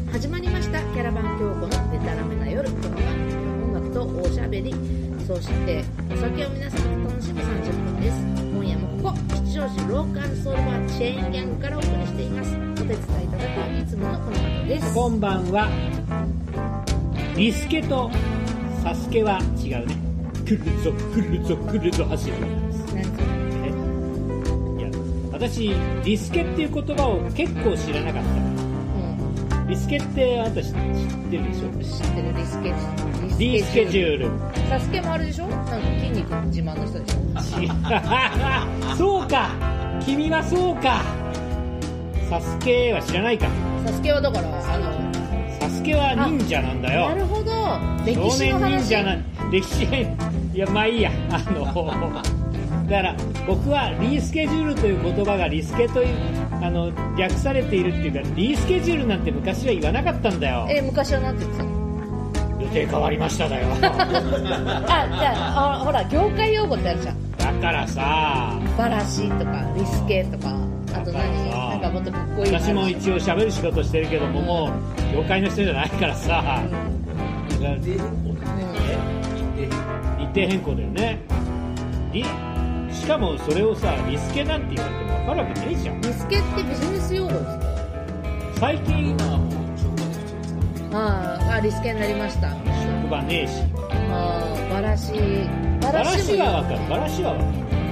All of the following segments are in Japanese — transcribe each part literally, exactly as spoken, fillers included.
始まりましたキャラバン京子のデタラメな夜。この番組は音楽とおしゃべり、そしてお酒を皆さんと楽しむさんじゅっぷんです。今夜もここ吉祥寺ローカルソウルバーチェーンギャングからお送りしています。お手伝いいただくいつものこの方です。 こんばんは。リスケとサスケは違うね。来るぞ来るぞ来るぞ走るんです。 何それ？ いや、私リスケっていう言葉を結構知らなかった。リスケってあなた知ってるでしょ？ 知ってる。リスケリスケジュール。 サスケもあるでしょ？なんか筋肉自慢の人でしょ？そうか、君はそうか。サスケは知らないか。 サスケはだからあのサスケは忍者なんだよ。 なるほど。歴史の話。少年忍者な歴史いやまあいいや。あのだから僕はリスケジュールという言葉がリスケというあの略されているっていうか、リスケジュールなんて昔は言わなかったんだよ。 え昔はなんて言ってたの？ 予定変わりましただよ。あ、じゃあ、あほら業界用語ってあるじゃん。 だからさ、 バラシとかリスケとか、あと何なんかもっとかっこいい。 私も一応喋る仕事してるけども、うん、もう業界の人じゃないからさ、うん、日程変更だよね。リしかもそれをさ、リスケなんて言われても分かるわけねえじゃん。 リスケってビジネス用語ですか？ 最近はもうああ、リスケになりました。 職場ねえし。 ああ、バラシバラシは分かる。バラシは分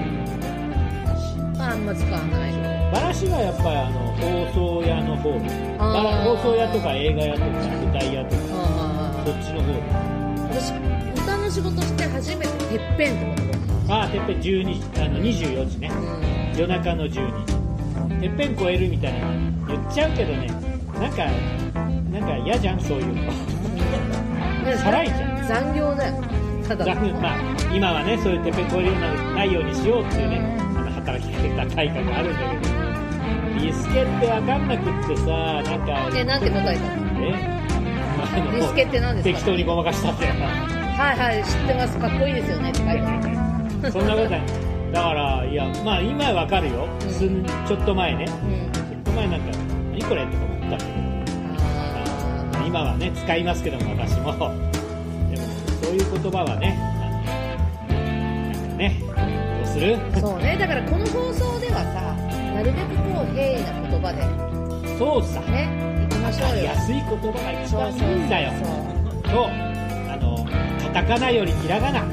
かる。 あんま使わない。 バラシはやっぱりあの放送屋の方で、放送屋とか映画屋とか舞台屋とかそっちの方で。 私歌の仕事して初めててっぺんってこと。 ああ、てっぺんじゅうにじ、あのにじゅうよじね、うん、夜中のじゅうにじ、てっぺん超えるみたいな言っちゃうけどね、なんかなんか嫌じゃん、そういうの。さらいじゃん。 残業だよ。ただ残業、まあ今はね、そういうてっぺん超えるようにないようにしようっていうね、あの働きかけた会があるんだけど、リスケって分かんなくってさ、なんかえ、なんて答えたの？え、まあ、リスケって何ですか？ 適当にごまかしたって。 はいはい、知ってます、かっこいいですよねって書いてある。 そんなことない。だからいや、まあ今はわかるよ、うん、すんちょっと前ね、うん、ちょっと前なんか何これとか思ったんだけど、あ今はね使いますけども、私もでもそういう言葉はね、なんかね、どうする？ そうね、だからこの放送ではさ、なるべくこう平易な言葉でそうさね、いきましょうよ。 安い言葉が一番いいんだよ。そう、あのカタカナよりひらがな、うん、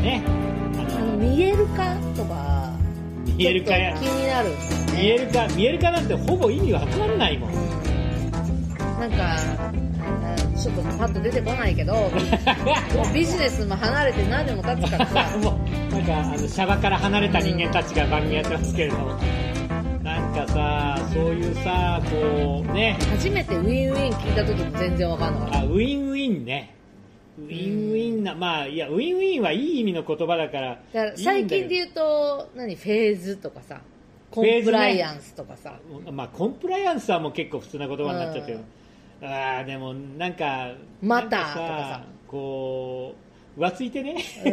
ね、 見えるかとか見えるかや気になるんですよね。 見えるか見えるかなんてほぼ意味わかんないもん、うん、 なんかちょっとパッと出てこないけどビジネスも離れて何年も経つからさもうなんかあのシャバから離れた人間たちが番組やってますけれども、うん、なんかさ、そういうさ、こうね、 初めてウィンウィン聞いた時も全然わかんなかった。 あ、ウィンウィンね、ウィンウィンな、まあいやウィンウィンはいい意味の言葉だから。 だから最近で言うと何フェーズとかさ、コンプライアンスとかさ、 ね、まあコンプライアンスはもう結構普通な言葉になっちゃってる。ああ、でもなんかまたとかさ、 こう浮ついてね、 うん、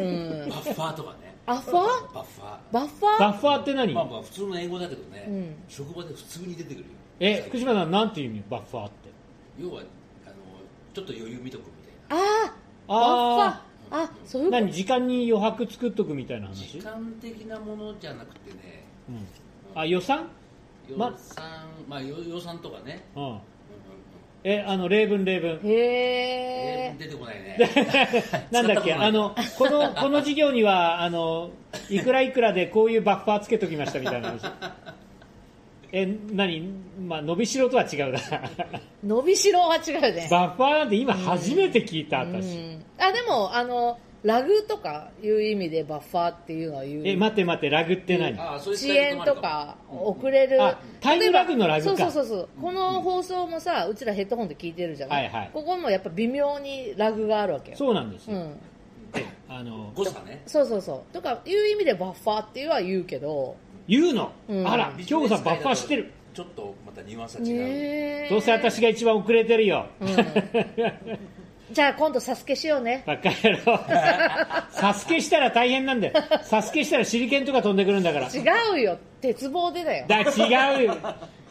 バッファーとかね。 バッファー？バッファー？バッファー？ バッファーって何？ まあまあ普通の英語だけどね、うん、職場で普通に出てくるよ。 え、福島さんなんていう意味？バッファーって。 要はあのちょっと余裕見とくみたいな。 ああ、バッファー。あ、そういうこと。 何、時間に余白作っとくみたいな話？ 時間的なものじゃなくてね、 うん、あ、予算？ 予算、まあ予算とかね、うん、 え、あの例文例文。 へー、出てこないね。 なんだっけ、あのこのこの授業にはあのいくらいくらでこういうバッファーつけときましたみたいな話。え、何、まあ伸びしろとは違うな。 伸びしろは違うね。 バッファーなんて今初めて聞いた、うん、私。うん、 あ、でもあのラグとかいう意味でバッファーっていうのは言う。 え、待って待って、ラグって何？ 遅延とか遅れる、 あ、タイムラグのラグか。 そうそうそうそう、この放送もさ、うちらヘッドホンで聞いてるじゃない、はいはい、ここもやっぱ微妙にラグがあるわけよ。 そうなんですよ、うん、 あの誤差ね。 そうそうそう、とかいう意味でバッファーっていうのは言うけど、 言うの、うん、あら、京子さんバッファー知ってる。 ちょっとまたニュアンスが違う。 どうせ私が一番遅れてるよ、うん、 じゃあ今度サスケしようね。 バカ野郎。サスケしたら大変なんだよ。サスケしたら手裏剣とか飛んでくるんだから。 違うよ、鉄棒でだよ。 だ、違うよ。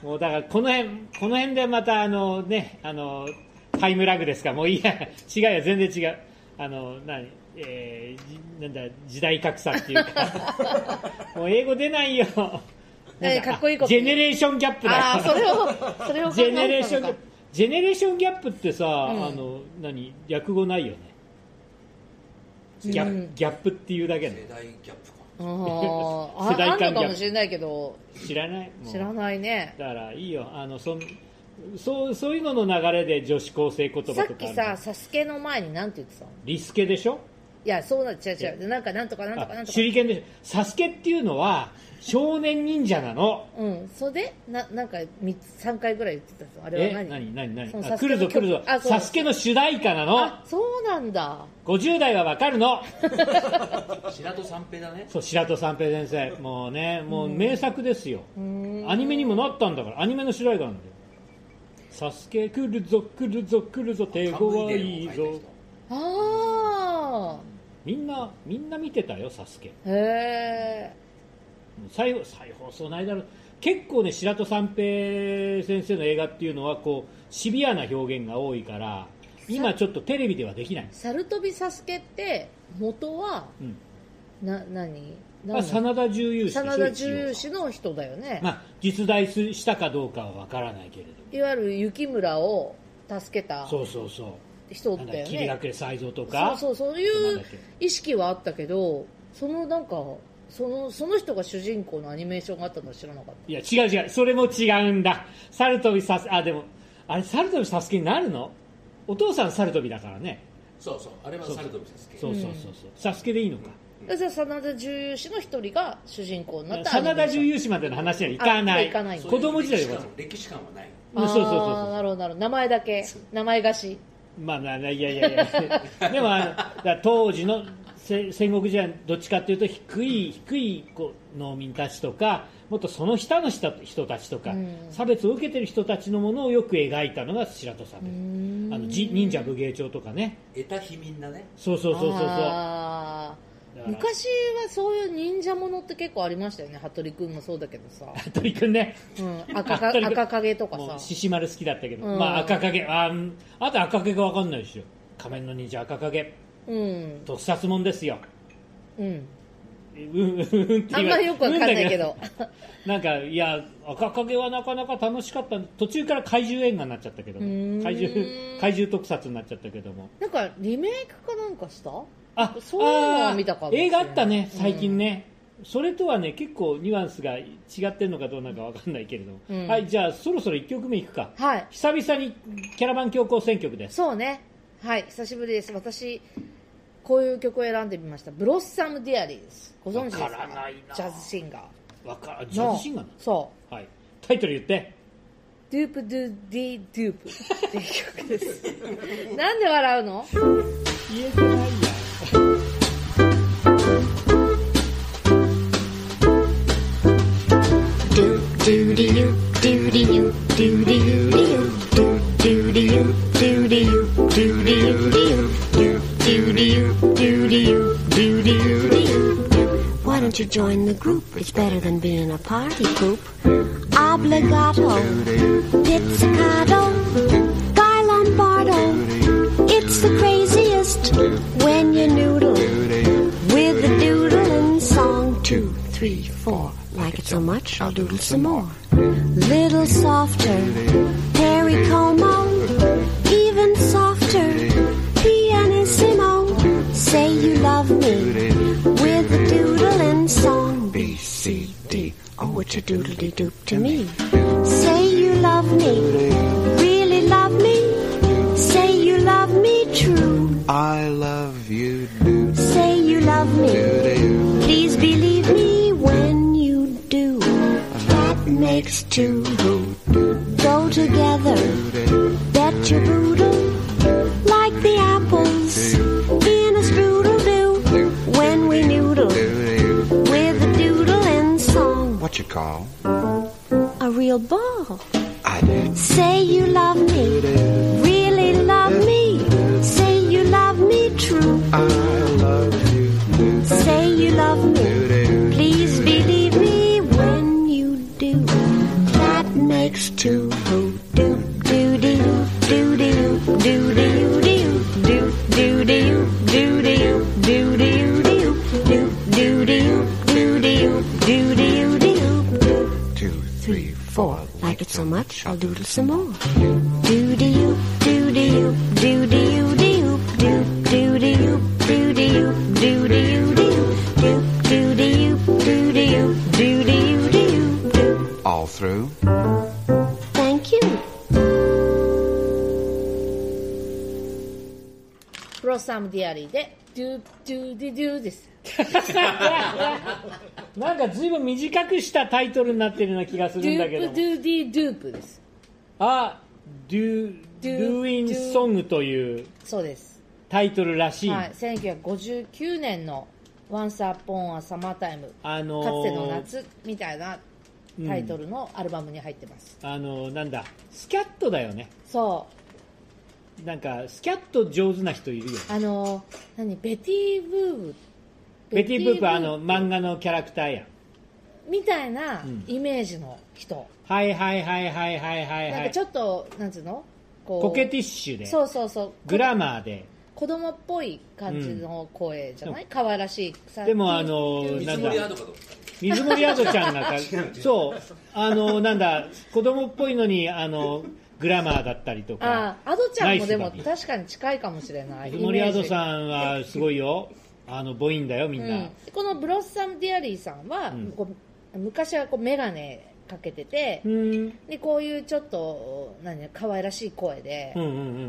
もうだからこの辺この辺でまたあのねあのタイムラグですか。もういいや違うよ全然違うあの何、えー、なんだ時代格差っていうかもう英語出ないよ。 えー、かっこいいことジェネレーションギャップだよ。 あそれをそれをジェネレーションジェネレーションギャップってさ、うん、あの何略語ないよね。ギャ, うん、ギャップっていうだけの世代ギャップか。 あ世代間ギャップあんのかもしれないけど知らない知らないね。 だからいいよあの そ, そうそういうのの流れで女子高生言葉とかさっきさサスケの前になんて言ってたの？ リスケでしょ。 いやそうなっちゃう違うなんかなんとかなんとかなんとか手裏剣でしょ。サスケっていうのは少年忍者なの。 うんそれでななんかさんかいぐらい言ってたのあれは何？ え何何何何来るぞ来るぞサスケの主題歌なの。 あそうなんだ。 ごじゅう代はわかるの。 白戸三平だね。 そう白戸三平先生もうねもう名作ですよ。アニメにもなったんだからアニメの主題歌なんだよ。サスケ来るぞ来るぞ来るぞ手強いぞ。 ああみんなみんな見てたよサスケ。へえ。 再, 再放送ないだろう。結構ね白戸三平先生の映画っていうのはこうシビアな表現が多いから今ちょっとテレビではできない。 サルトビサスケって元は、うん、な何真田重勇士真田重勇士の人だよね。 まあ、実在したかどうかは分からないけれどいわゆる雪村を助けたそうそうそう人だよね。 桐隠才蔵とかそうそうそういう意識はあったけどそのなんかそのその人が主人公のアニメーションがあったのは知らなかった。 いや違う違うそれも違うんだ。サルトビサスあでもあれサルトビサスケになるの？お父さんサルトビだからね。 そうそうあれはサルトビサスケ。 そうそうそうそうサスケでいいのか。 じゃあ真田重勇士の一人が主人公になった真田重勇士までの話にはいかない。 いかない子供時代で歴史観はない。 そうそうそうそうなるほどなるほど名前だけ名前貸し。 まあいやいやいやでもだ当時の戦国時代どっちかというと低い低いこう農民たちとかもっとその下の人たちとか、うん、差別を受けている人たちのものをよく描いたのが白戸さんであの忍者武芸帳とかね得た秘民だね。 そうそうそうそうそう昔はそういう忍者ものって結構ありましたよね。服部君もそうだけどさ服部君ね、 うん、赤, か赤影とかさ獅子丸好きだったけど、うん、まあ赤影 あ, あと赤影が分かんないでしょ。仮面の忍者赤影、うん、特撮もんですよ。うんうんうんってあんまりよくわかんないけどなんかいや赤影はなかなか楽しかった。途中から怪獣映画になっちゃったけど怪獣怪獣特撮になっちゃったけどもなんかリメイクかなんかしたあそういうのは見たかもしれない。 映画あったね最近ね、うん、それとはね結構ニュアンスが違ってるのかどうなのかわかんないけれども、うん、はいじゃあそろそろいっきょくめいくか、 はい、 久々にキャラバン強行選曲です。 そうねはい久しぶりです。私こういう曲を選んでみました。ブロッサム・ディアリーです。ご存知ですか？ わからないな。 ジャズシンガー。 わかジャズシンガーなの？ そう。 はい。タイトル言って。 ドゥープドゥディドゥープっていう曲です。なんで笑うの？ 言えてないや。ドゥドゥディユドゥディユドゥディユドゥドゥディユドゥディユドゥディユドゥディユ Why don't you join the group? It's better than being a party poop. Obligato, pizzicato, Guy Lombardo. It's the craziest when you noodle with the doodling song. Two, three, four. Like it so much, I'll doodle some more. Little softer, Perry Como, even softer, pianissimo. Say you love me with a doodling song. B, C, D, oh, it's a doodly-doop to me. Say you love me, really love me. Say you love me true. I love you, do. Say you love me, please believe me when you do. That makes two go together. Bet your boodle like the apples in a strudel-do when we noodle with a doodling song. What you call? A real ball. I did. Say you love me, really love me. Say you love me true. I love you. Say you love me, please believe me when you do. That makes much, I'll doodle some more. Doody-oop, doody-oop, doody-oop, doody-oop, doody-oop, doody-oop, doody-oop, doody-oop, doody-oop, doody-oop, doody-oop, doody-oop. All through. Thank you. ブロッサムディアリーでドゥドゥディドゥです。 なんかずいぶん短くしたタイトルになってるような気がするんだけども。 ドゥープドゥディドゥープです。 あ、ドゥドゥインソングというそうですタイトルらしい。 はい、せんきゅうひゃくごじゅうきゅうねんの Once Upon a Summer Time、 あのー、 かつての夏みたいなタイトルのアルバムに入ってます。 うん、あのー、なんだスキャットだよね。 そうなんかスキャット上手な人いるよね。 あのー、何ベティ・ブーブベティ・ブープ、あの漫画のキャラクターやみたいなイメージの人、うん、 はいはいはいはいはいはい、 なんかちょっとなんつうのこうコケティッシュで、 そうそうそう、 グラマーで子供っぽい感じの声じゃない、うん、可愛らしいさ。 でもあのなんだ水森アドちゃんがそうあのなんだ子供っぽいのにあのグラマーだったりとか、 あアドちゃんもでも確かに近いかもしれない。 水森アドさんはすごいよ。あの母音だよみんな、うん、 このブロッサム・ディアリーさんは、うん、こう昔はこう眼鏡かけてて、うん、でこういうちょっと何可愛らしい声で、うんうんうん、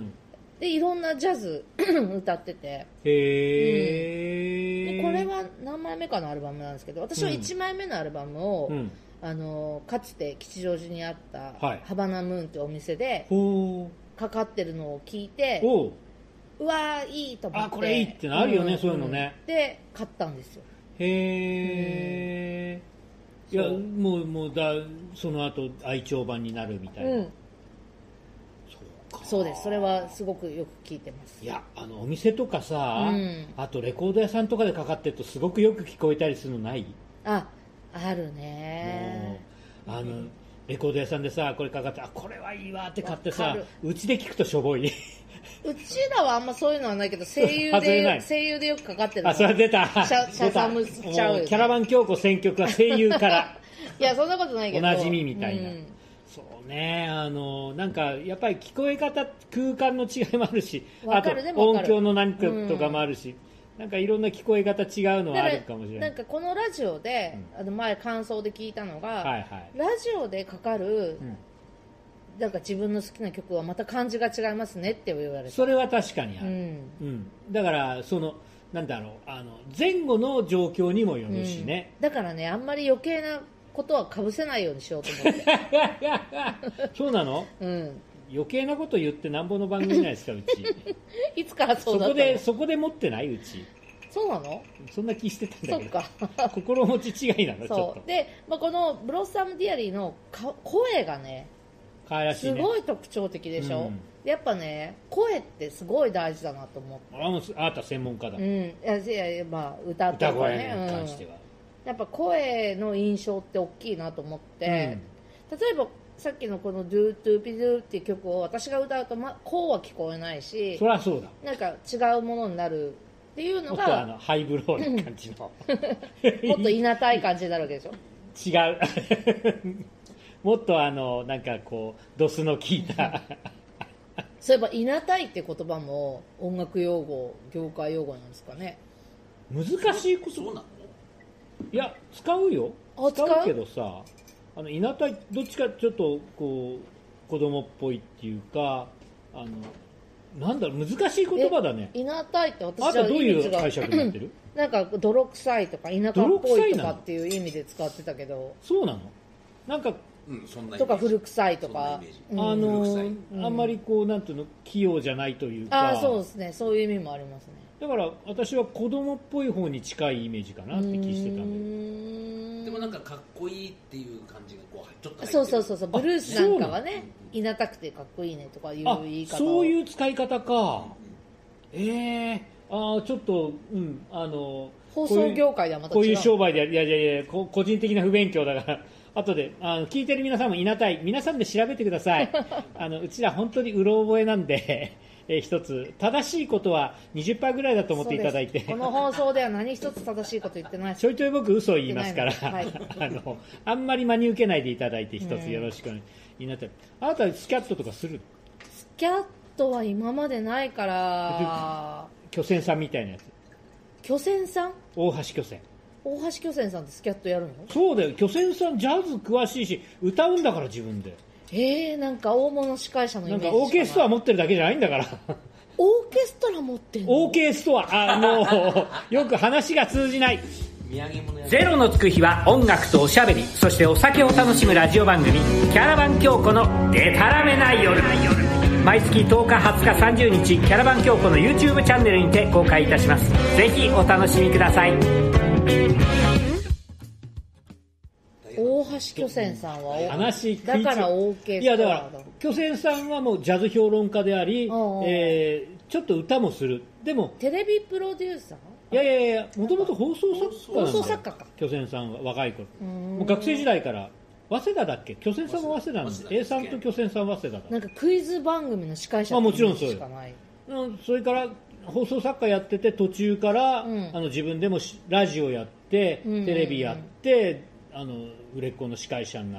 でいろんなジャズ歌ってて、 へー、 うん、でこれは何枚目かのアルバムなんですけど、私はいちまいめのアルバムを、うん、あのかつて吉祥寺にあった、はい、ハバナムーンというお店でかかってるのを聞いて、おうわーいいと思って、 あこれいいってなるよね、うん、そういうのね、 で買ったんですよ。 へー、うん、いやもうもうだその後愛鳥版になるみたいな、うん、 そうか、そうです。それはすごくよく聞いてます。 いやあのお店とかさ、うん、あとレコード屋さんとかでかかってるとすごくよく聞こえたりするのない？ ああるね。 あのレコード屋さんでさこれかかって、あこれはいいわって買ってさ、うちで聞くとしょぼい。 うちらはあんまそういうのはないけど、声優で声優でよくかかってるの。 あ、それ出た。 シャシャサムちゃうよね。 キャラバン京子選曲は声優からいやそんなことないけど。 おなじみみたいな。うん、そうね、あのなんかやっぱり聞こえ方空間の違いもあるし、あと音響の何かとかもあるし。うん、なんかいろんな聞こえ方違うのはあるかもしれない。 なんかこのラジオで、うん、あの前感想で聞いたのが、はいはい、ラジオでかかる、うん、なんか自分の好きな曲はまた感じが違いますねって言われた。 それは確かにある、うんうん、だからそのなんだろう、あの前後の状況にもよるしね、 うん、だからねあんまり余計なことはかぶせないようにしようと思ってそうなの、うん、余計なこと言ってなんぼの番組じゃないですかうちいつからそうだったの？ そこでそこで持ってないうち。 そうなの？ そんな気してたんだけど。 そっか心持ち違いなのちょっと。 で、まあ、このブロッサムディアリーのか声がね、 可愛らしいね、 すごい特徴的でしょ、うん、やっぱね声ってすごい大事だなと思って。 あもうあなた専門家だ。うん、いやいやまあ歌とかね、歌声に関しては、うん、やっぱ声の印象って大きいなと思って、うん、例えばさっきのこのドゥトゥピドゥっていう曲を私が歌うと、ま、こうは聞こえないし、 そりゃそうだ、 なんか違うものになるっていうのが、もっとあのハイブローな感じのもっといなたい感じになるわけでしょ。 違うもっとあのなんかこうドスの効いたそういえばいなたいって言葉も音楽用語業界用語なんですかね。 難しいこと。そうなの？いや使うよ。使う使うけどさ、あのいなたいどっちかちょっとこう子供っぽいっていうか、あのなんだろう難しい言葉だね。 いなたいって私はあとどういう解釈になってる？ なんか泥臭いとか田舎っぽいとかっていう意味で使ってたけど。 そうなの？なんか、 うん、そんなとか古臭いとか、 うん、あのーうん、あんまりこうなんていうの器用じゃないというか。 あそうですね、そういう意味もありますね。 だから私は子供っぽい方に近いイメージかなって気してたんで。でもなんかかっこいいっていう感じがこうちょっと入ってる。 そうそうそうそう、ブルースなんかはね、いなたくてかっこいいねとかいう言い方を。 そういう使い方か。ええー、あちょっとうんあの放送業界ではまた違う。 こういう商売でいやいやいや個人的な不勉強だから。後であの聞いてる皆さんもいなたい皆さんで調べてくださいあのうちら本当にうろ覚えなんでえー、一つ正しいことは にじゅっパーセント ぐらいだと思っていただいて、 この放送では何一つ正しいこと言ってない。 ちょいちょい僕嘘を言いますから、はい、あのあんまり真に受けないでいただいて一つよろしく、うん、いになったり。あなたスキャットとかする？ スキャットは今までないから巨泉さんみたいなやつ。 巨泉さん、 大橋巨泉。 大橋巨泉さんってスキャットやるの？ そうだよ、巨泉さんジャズ詳しいし歌うんだから自分で。 えー、なんか大物司会者のイメージしかない。 なんかオーケストラ持ってるだけじゃないんだからオーケストラ持ってんの？ オーケストラ、あもうよく話が通じない。 土産物屋ゼロのつく日は音楽とおしゃべり、そしてお酒を楽しむラジオ番組キャラバン京子のデタラメな夜。毎月とおか、はつか、さんじゅうにちキャラバン京子の YouTube チャンネルにて公開いたします。ぜひお楽しみください。 大橋巨泉さんは話だからオーケストラだ。 いやだから巨泉さんはもうジャズ評論家であり、えー、ちょっと歌もする。でもテレビプロデューサー？ いやいやいや、もともと放送作家なんだよ。 放送作家か。 巨泉さんは若い頃。もう学生時代から早稲田だっけ？巨泉さんも早稲田なんで、A さんと巨泉さんは早稲田だ。 なんかクイズ番組の司会者あもちろんそうしかない。 うん、それから放送作家やってて途中から、うん、あの自分でもラジオやって、うん、テレビやって、あの売れっ子の司会者になって、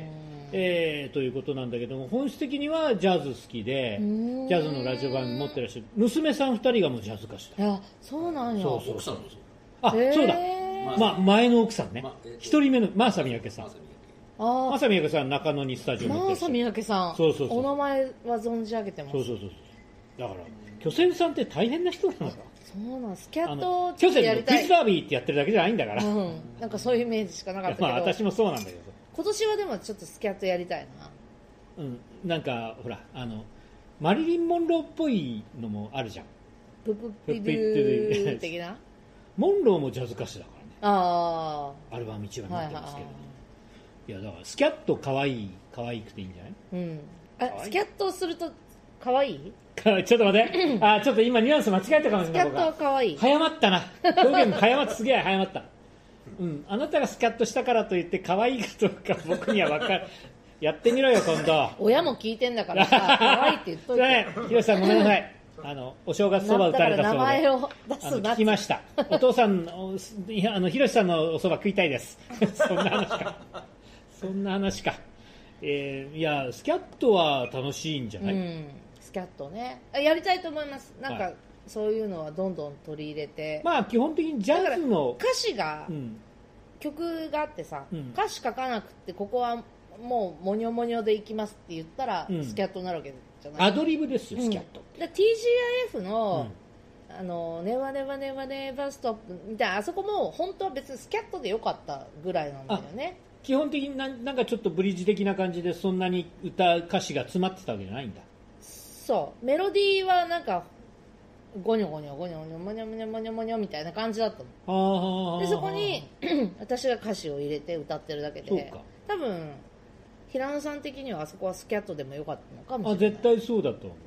えー、ということなんだけども、本質的にはジャズ好きでジャズのラジオ番組持ってらっしゃる娘さんふたりがもうジャズ歌手だ。 いやそうなんや。 そうそう奥さんもそう。 あ、そうだ、まあ、前の奥さんね、一、ま、人目の真麻三宅さん。真麻三宅さん中野にスタジオ持ってらっしゃる。 真麻三宅さん、 そうそうそう、 お名前は存じ上げてます。 そうそうそう、だから巨泉さんって大変な人なのか。 そうなん、スキャット巨泉のクイズダービーってやってるだけじゃないんだから、 うん、なんかそういうイメージしかなかったけど、 まあ、私もそうなんだけど、 今年はでもちょっとスキャットやりたいな。うん、なんかほらあのマリリン・モンローっぽいのもあるじゃん。 ププピドゥ的な。 モンローもジャズ歌手だからね。 ああ。 アルバムいちわになってますけど、ね、はいはい、いやだからスキャット可愛い可愛くていいんじゃない？うん。 あ、スキャットすると可愛い？ ちょっと待ってあ、ちょっと今ニュアンス間違えたかもしれない。 スキャットは可愛い。 早まったな。表現も早まったすげえ早まった。うん、あなたがスキャットしたからといって可愛いかどうか僕には分かる。やってみろよ今度。 親も聞いてんだからさ、可愛いって言っといて。 ね、ひろしさんごめんなさい。あのお正月そば打たれたそうで、 名前を出すな聞きました。お父さんのいやあのひろしさんのおそば食いたいです。そんな話か。そんな話か。えー、いやスキャットは楽しいんじゃない？うん、 スキャットね。やりたいと思います。なんか、はい、そういうのはどんどん取り入れて。 まあ基本的にジャズの歌詞が、うん、曲があってさ、うん、歌詞書かなくてここはもうモニョモニョでいきますって言ったら、うん、スキャットになるわけじゃない。 アドリブですよ、スキャットって。 で ティージーアイエフ の、うん、あのネバネバネバネバストップみたいなあそこも本当は別にスキャットでよかったぐらいなんだよね。 基本的にな ん, なんかちょっとブリッジ的な感じでそんなに歌歌詞が詰まってたわけじゃないんだ。 そうメロディーはなんかゴニョゴニョゴニョゴニョモニョモニョモニョモニョみたいな感じだったの。でそこに私が歌詞を入れて歌ってるだけで、多分平野さん的にはあそこはスキャットでもよかったのかもしれない。 あ絶対そうだと、うん、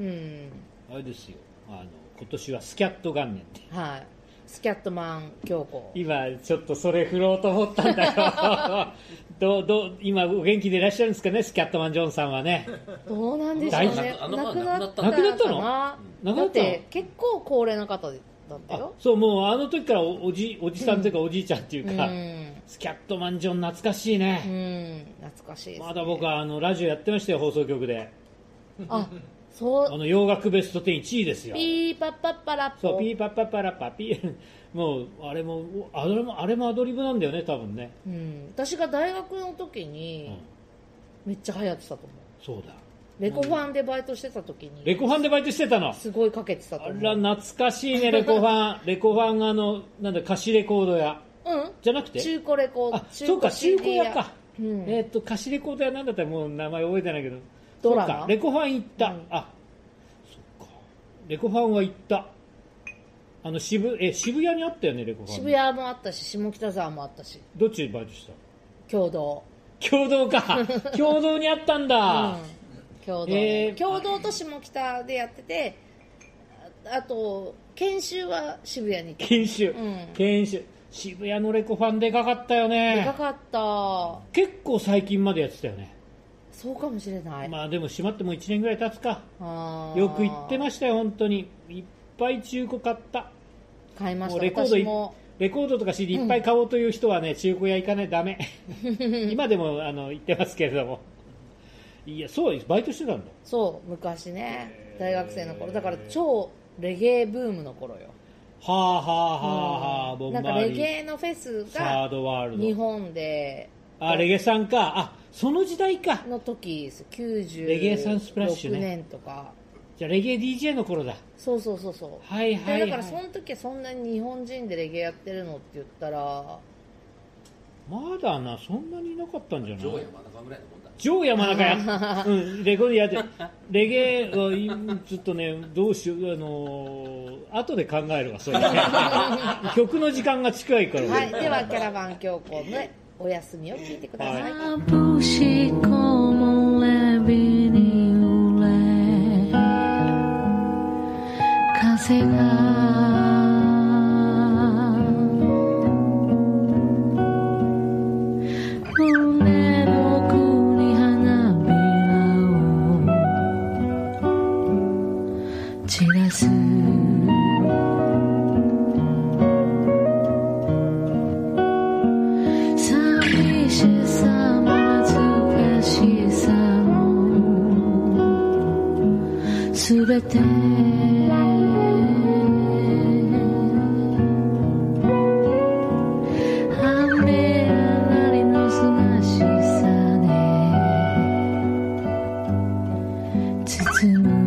あれですよ、あの今年はスキャット元年で、 はい、スキャットマン強行。 今ちょっとそれ振ろうと思ったんだよどうどう今お元気でいらっしゃるんですかね、スキャットマンジョンさんはね。 どうなんでしょうね。亡くなった亡くなったの？ だって結構高齢な方だったよ。 そう、もうあの時から お, お, じおじさんというかおじいちゃんっていうか、うん、スキャットマンジョン懐かしいね、 うん、懐かしいですね。 まだ僕はあのラジオやってましたよ、放送局で。 あそうあの洋楽ベストじゅういちいですよ。 ピーパッパッパラッポ。 そうピーパッパッパラッパピーもうあれもあれもあれもアドリブなんだよね多分ね、 うん、私が大学の時に、うん、めっちゃ流行ってたと思う。 そうだ、 レコファンでバイトしてた時に、 うん、レコファンでバイトしてたのすごいかけてたと思う。 あら懐かしいねレコファンレコファンあのなんだ貸しレコード屋、うん、じゃなくて中古レコード。 あそうか中古屋か、うん、えー、っと貸しレコード屋なんだったらもう名前覚えてないけど、 ドラマレコファン行った、うん、あそっかレコファンは行った。あの 渋, え渋谷にあったよねレコファン。 渋谷もあったし下北沢もあったし。 どっちでバイトした？ 共同。 共同か共同にあったんだ、うん、 共同、えー、共同と下北でやってて、あと研修は渋谷にいた。 研修、うん、研修渋谷のレコファンでかかったよね。 でかかった。 結構最近までやってたよね。 そうかもしれない。 まあでも閉まってもいちねんぐらい経つか。あよく行ってましたよ本当に。いっぱい中古買った。 買いました。 レコード私もレコードとか シーディー いっぱい買おうという人はね、うん、中古屋行かないとダメ今でもあの言ってますけれどもいやそうバイトしてたんだ。 そう昔ね大学生の頃だから超レゲエブームの頃よ。 はあはあはあはあ、 うん、 ボンバーなんかレゲエのフェスサーがドワールド日本であレゲさんかあその時代かの時ですきゅうじゅうレゲエサンスプラッシュねろくねんとかじゃあレゲエ ディージェー の頃だ。 そうそうそうそうはいはい、はい、 でだからその時はそんなに日本人でレゲエやってるのって言ったらまだなそんなにいなかったんじゃない。 ジョー山中ぐらいのもんだ。 ジョー山中や、うん、レコードやってレゲエはちょっとねどうしようあのー、後で考えるわそれ、ね、曲の時間が近いからはいではキャラバン教皇のお休みを聞いてください、はい Apusi como le vinile Kasegaすべて雨なりのすがしさで包む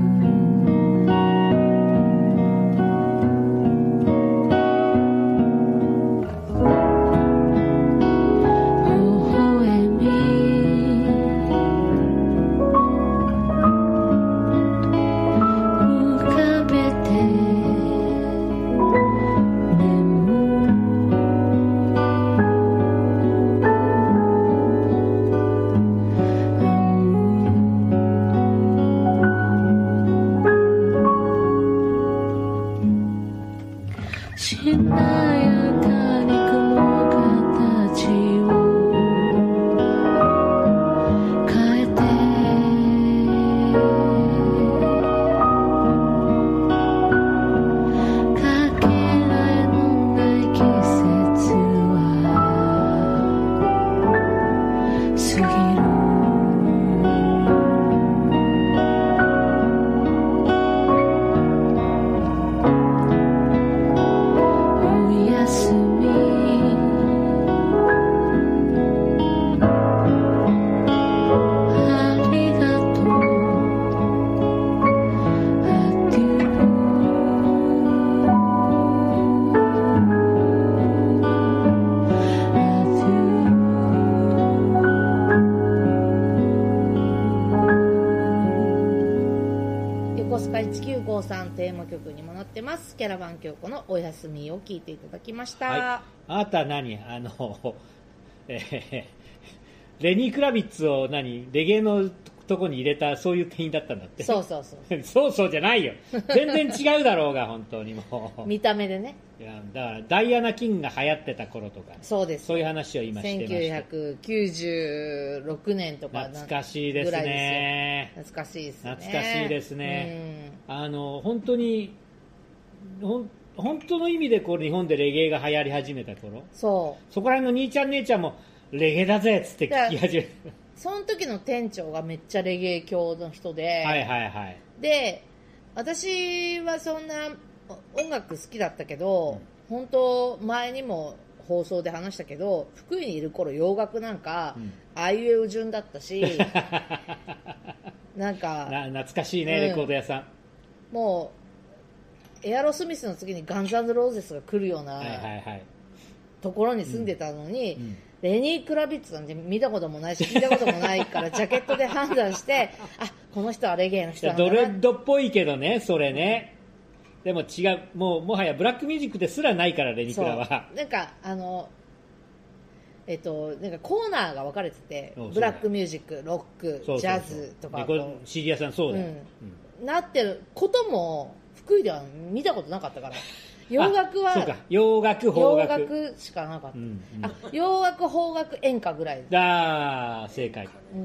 テーマ曲にもなってますキャラバン京子のお休みを聞いていただきました、はい、 あなた何あの、えー、レニー・クラビッツを何レゲエのとこに入れたそういう店員だったんだって。 そうそうそうそうそうじゃないよ全然違うだろうが本当にもう見た目でね。 いやだからダイアナ・キングが流行ってた頃とかそうですそういう話を今してました。 せんきゅうひゃくきゅうじゅうろくねんとか懐かしいですね。 懐かしいですね。 懐かしいですね、うん、あの本当にほん本当の意味でこう日本でレゲエが流行り始めた頃そうそこら辺の兄ちゃん姉ちゃんもレゲエだぜっつって聞き始めたその時の店長がめっちゃレゲエ教の人で、 はいはいはい、 で私はそんな音楽好きだったけど、うん、本当前にも放送で話したけど福井にいる頃洋楽なんか、うん、あいうえお順だったしなんかな懐かしいね、うん、レコード屋さんもうエアロスミスの次にガンズ&ローゼスが来るような、 はいはいはい、 ところに住んでたのに、 うんうん、 レニー・クラビッツなんて見たこともないし聞いたこともないからジャケットで判断してあこの人はレゲエの人なんだな。 ドレッドっぽいけどねそれね、でも違うもうもはやブラックミュージックですらないからレニクラはなんかあのえっとなんかコーナーが分かれててブラックミュージックロックそうそうそうジャズとかこれシリアさんそうだよ、うんうん、なってることも福井では見たことなかったから洋楽はそうか洋楽邦洋楽楽しかなかった、 うんうん、 あ洋楽邦楽演歌ぐらいだ正解、 うん、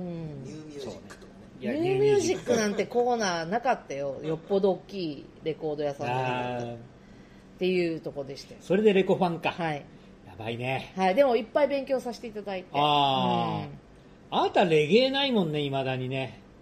ニューミュージックとかニューミュージックなんてコーナーなかったよよっぽど大きいレコード屋さんでっていうとこでしてそれでレコファンか、 はい、 やばいね、 はい、でもいっぱい勉強させていただいてあ、うん、あなたレゲエないもんね未だにね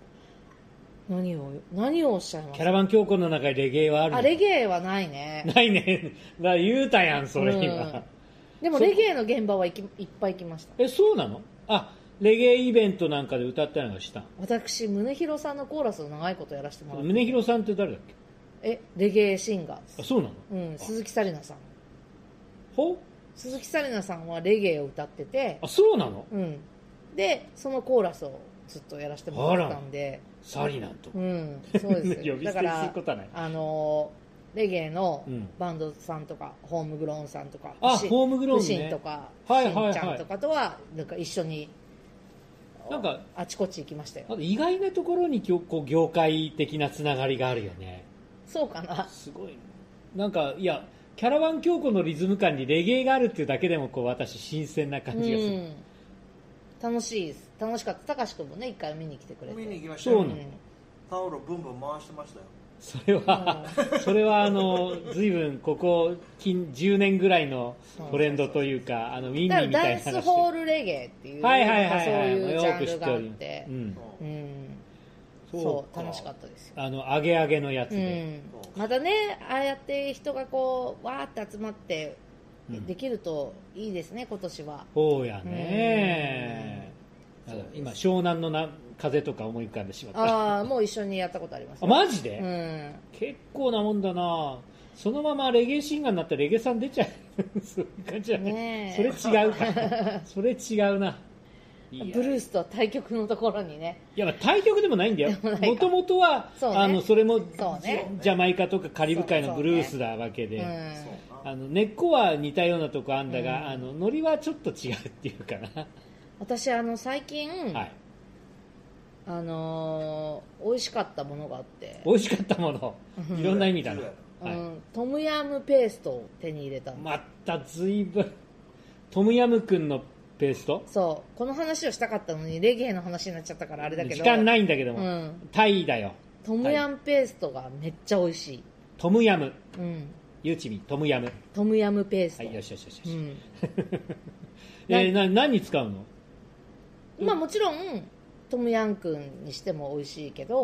何を何をおっしゃいますキャラバン教皇の中にレゲエはあるの？ あレゲエはないね。 ないね。だから言うたやんそれ今、 うん、でもレゲエの現場はいきいっぱい行きました。 えそうなの？あレゲエイベントなんかで歌ったりはした？ 私宗弘さんのコーラスを長いことやらせてもらって。 宗弘さんって誰だっけ？ えレゲエシンガーです。 あそうなの？ うん鈴木紗理奈さん。 ほ鈴木紗理奈さんはレゲエを歌ってて。 あそうなの？ うんでそのコーラスをずっとやらせてもらったんで。 サリなんとうんそうです呼び捨てにすることはない。 あのレゲエのバンドさんとか、うん、ホームグローンさんとかあホームグローンねフシンとか、 はいはいはい、 しんちゃんとかとはなんか一緒になんかあちこち行きましたよ。 意外なところにこう業界的なつながりがあるよね。 そうかな。 すごいなんかいやキャラバン教皇のリズム感にレゲエがあるっていうだけでもこう私新鮮な感じがする、うん、 楽しいです。楽しかった。高橋君もね一回見に来てくれて。 見に行きましたよ。 そうなの、うん、 タオルブンブン回してましたよ。 それは、うん、それはあの随分ここ近じゅうねんぐらいのトレンドというかあのウィンニーみたいな話でダンスホールレゲエっていう、 はいはいはいはい、 そういうジャンルがあって、 うんうんそうそう楽しかったですよ。 あの上げ上げのやつで、 うん、またねああやって人がこうわーって集まってできるといいですね、うん、今年は。 そうやね、うん、今湘南のな風とか思い浮かんでしまった。 ああもう一緒にやったことあります、 ね、あマジで、 うん、 結構なもんだな。そのままレゲエシンガーになったらレゲエさん出ちゃうそういう感じじゃない、ね、それ違うかそれ違うな。 ブルースと対極のところにね。 いや対極でもないんだよ。もともとは そ,、ね、あのそれもそ、ね、ジャマイカとかカリブ海のブルースなわけで、ねうん、あの根っこは似たようなとこあんだが、うん、あのノリはちょっと違うっていうかな。 私あの最近、 はいあのー、美味しかったものがあって。 美味しかったものいろんな意味だな、 うんはい、トムヤムペーストを手に入れたんです。 また随分トムヤムくんのペースト。 そうこの話をしたかったのにレゲエの話になっちゃったからあれだけど時間ないんだけども、うん、タイだよ。 トムヤムペーストがめっちゃ美味しい。 トムヤム、 うん、 ゆうちみトムヤムトムヤムペースト、 はい、よしよしよしよし、 うんえー、な何に使うの？ まあもちろんトムヤムくんにしても美味しいけど、 うん、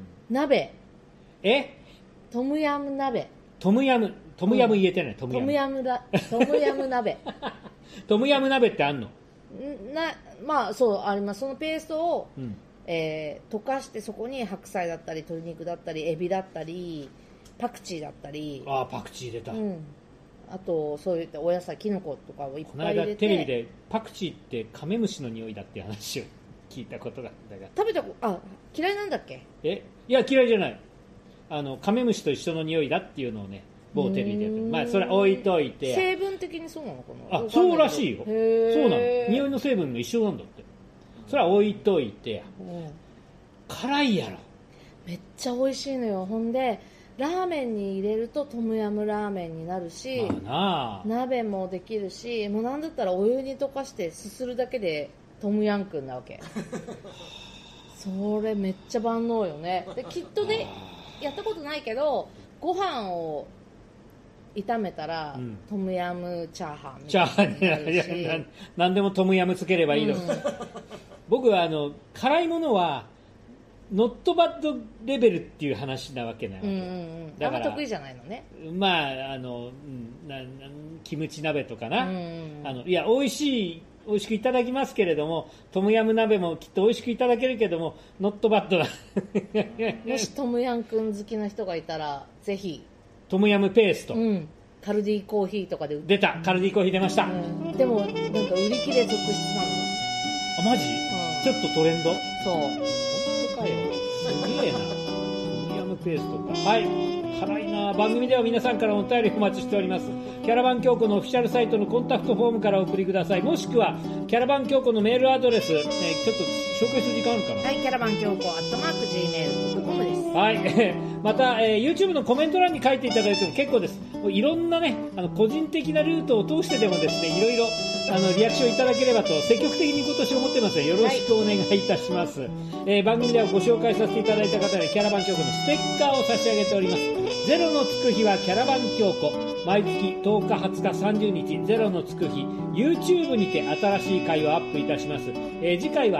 鍋えトムヤム鍋トムヤムトムヤム言えてない、うん、トムヤムトムヤム鍋トムヤム鍋ってあんの？ なまあそうあります。そのペーストを、 うんえー、溶かしてそこに白菜だったり鶏肉だったりエビだったりパクチーだったりあパクチー入れた、 うん、あとそういったお野菜キノコとかをいっぱい入れて。 この間テレビでパクチーってカメムシの匂いだっていう話を聞いたことがあったが食べたあ嫌いなんだっけ？ えいや嫌いじゃない。あのカメムシと一緒の匂いだっていうのをね某テレビでやってる。まあそれ置いといて成分的にそうなのかな。 あそうらしいよ。そうなの匂いの成分が一緒なんだって。それは置いといて、うん、辛いやろ。 めっちゃ美味しいのよ。ほんでラーメンに入れるとトムヤムラーメンになるし、 まあ、な鍋もできるしもうなんだったらお湯に溶かしてすするだけでトムヤンくんなわけそれめっちゃ万能よね。できっとねやったことないけどご飯を炒めたら、うん、トムヤムチャーハンみたいになるし、チャーハンいや何でもトムヤムつければいいの、うん、僕はあの辛いものはノットバッドレベルっていう話なわけなわけ、うんうんうん、だからあんま得意じゃないのね。 まああのななキムチ鍋とかな、 うんうん、 あのいや美味しい美味しくいただきますけれどもトムヤム鍋もきっと美味しくいただけるけどもノットバッドだもしトムヤムくん好きな人がいたらぜひトムヤムペースト、 うん、カルディコーヒーとかで出た。カルディコーヒー出ました、 うん、でもなんか売り切れ続出なの。 あマジ、うん、ちょっとトレンド。 そう本当かよすげえなトムヤムペーストか。はい辛いな。番組では皆さんからお便りお待ちしております。キャラバン京子のオフィシャルサイトのコンタクトフォームからお送りください。もしくはキャラバン京子のメールアドレス、えー、ちょっと紹介する時間あるかな。 はいキャラバン京子アットマーク ジーメールドットコム です。 はい、また、えー、YouTube のコメント欄に書いていただいても結構です。もういろんなねあの個人的なルートを通してでもですねいろいろあのリアクションいただければと積極的に今年思ってますのでよろしくお願いいたします、はいえー、番組ではご紹介させていただいた方にキャラバン京子のステッカーを差し上げております。ゼロのつく日はキャラバン京子毎月とおかはつかさんじゅうにちゼロのつく日 YouTube にて新しい回をアップいたします、えー、次回は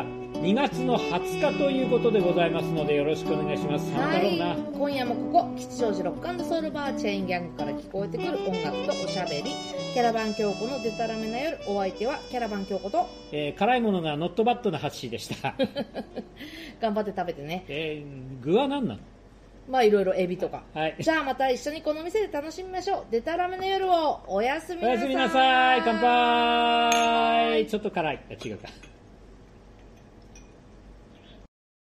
にがつのはつかということでございますので、よろしくお願いします。寒かろうな。 はい、今夜もここ吉祥寺ロック&ソウルバーチェーンギャングから聞こえてくる音楽とおしゃべり、キャラバン京子のデタラメな夜、お相手はキャラバン京子と、 えー、辛いものがノットバットなハッシーでした頑張って食べてね。 えー、具は何なの？ まあいろいろエビとか、 はい、 じゃあまた一緒にこの店で楽しみましょう。デタラメな夜をおやすみなさい。 おやすみなさい。乾杯。ちょっと辛い。違うか。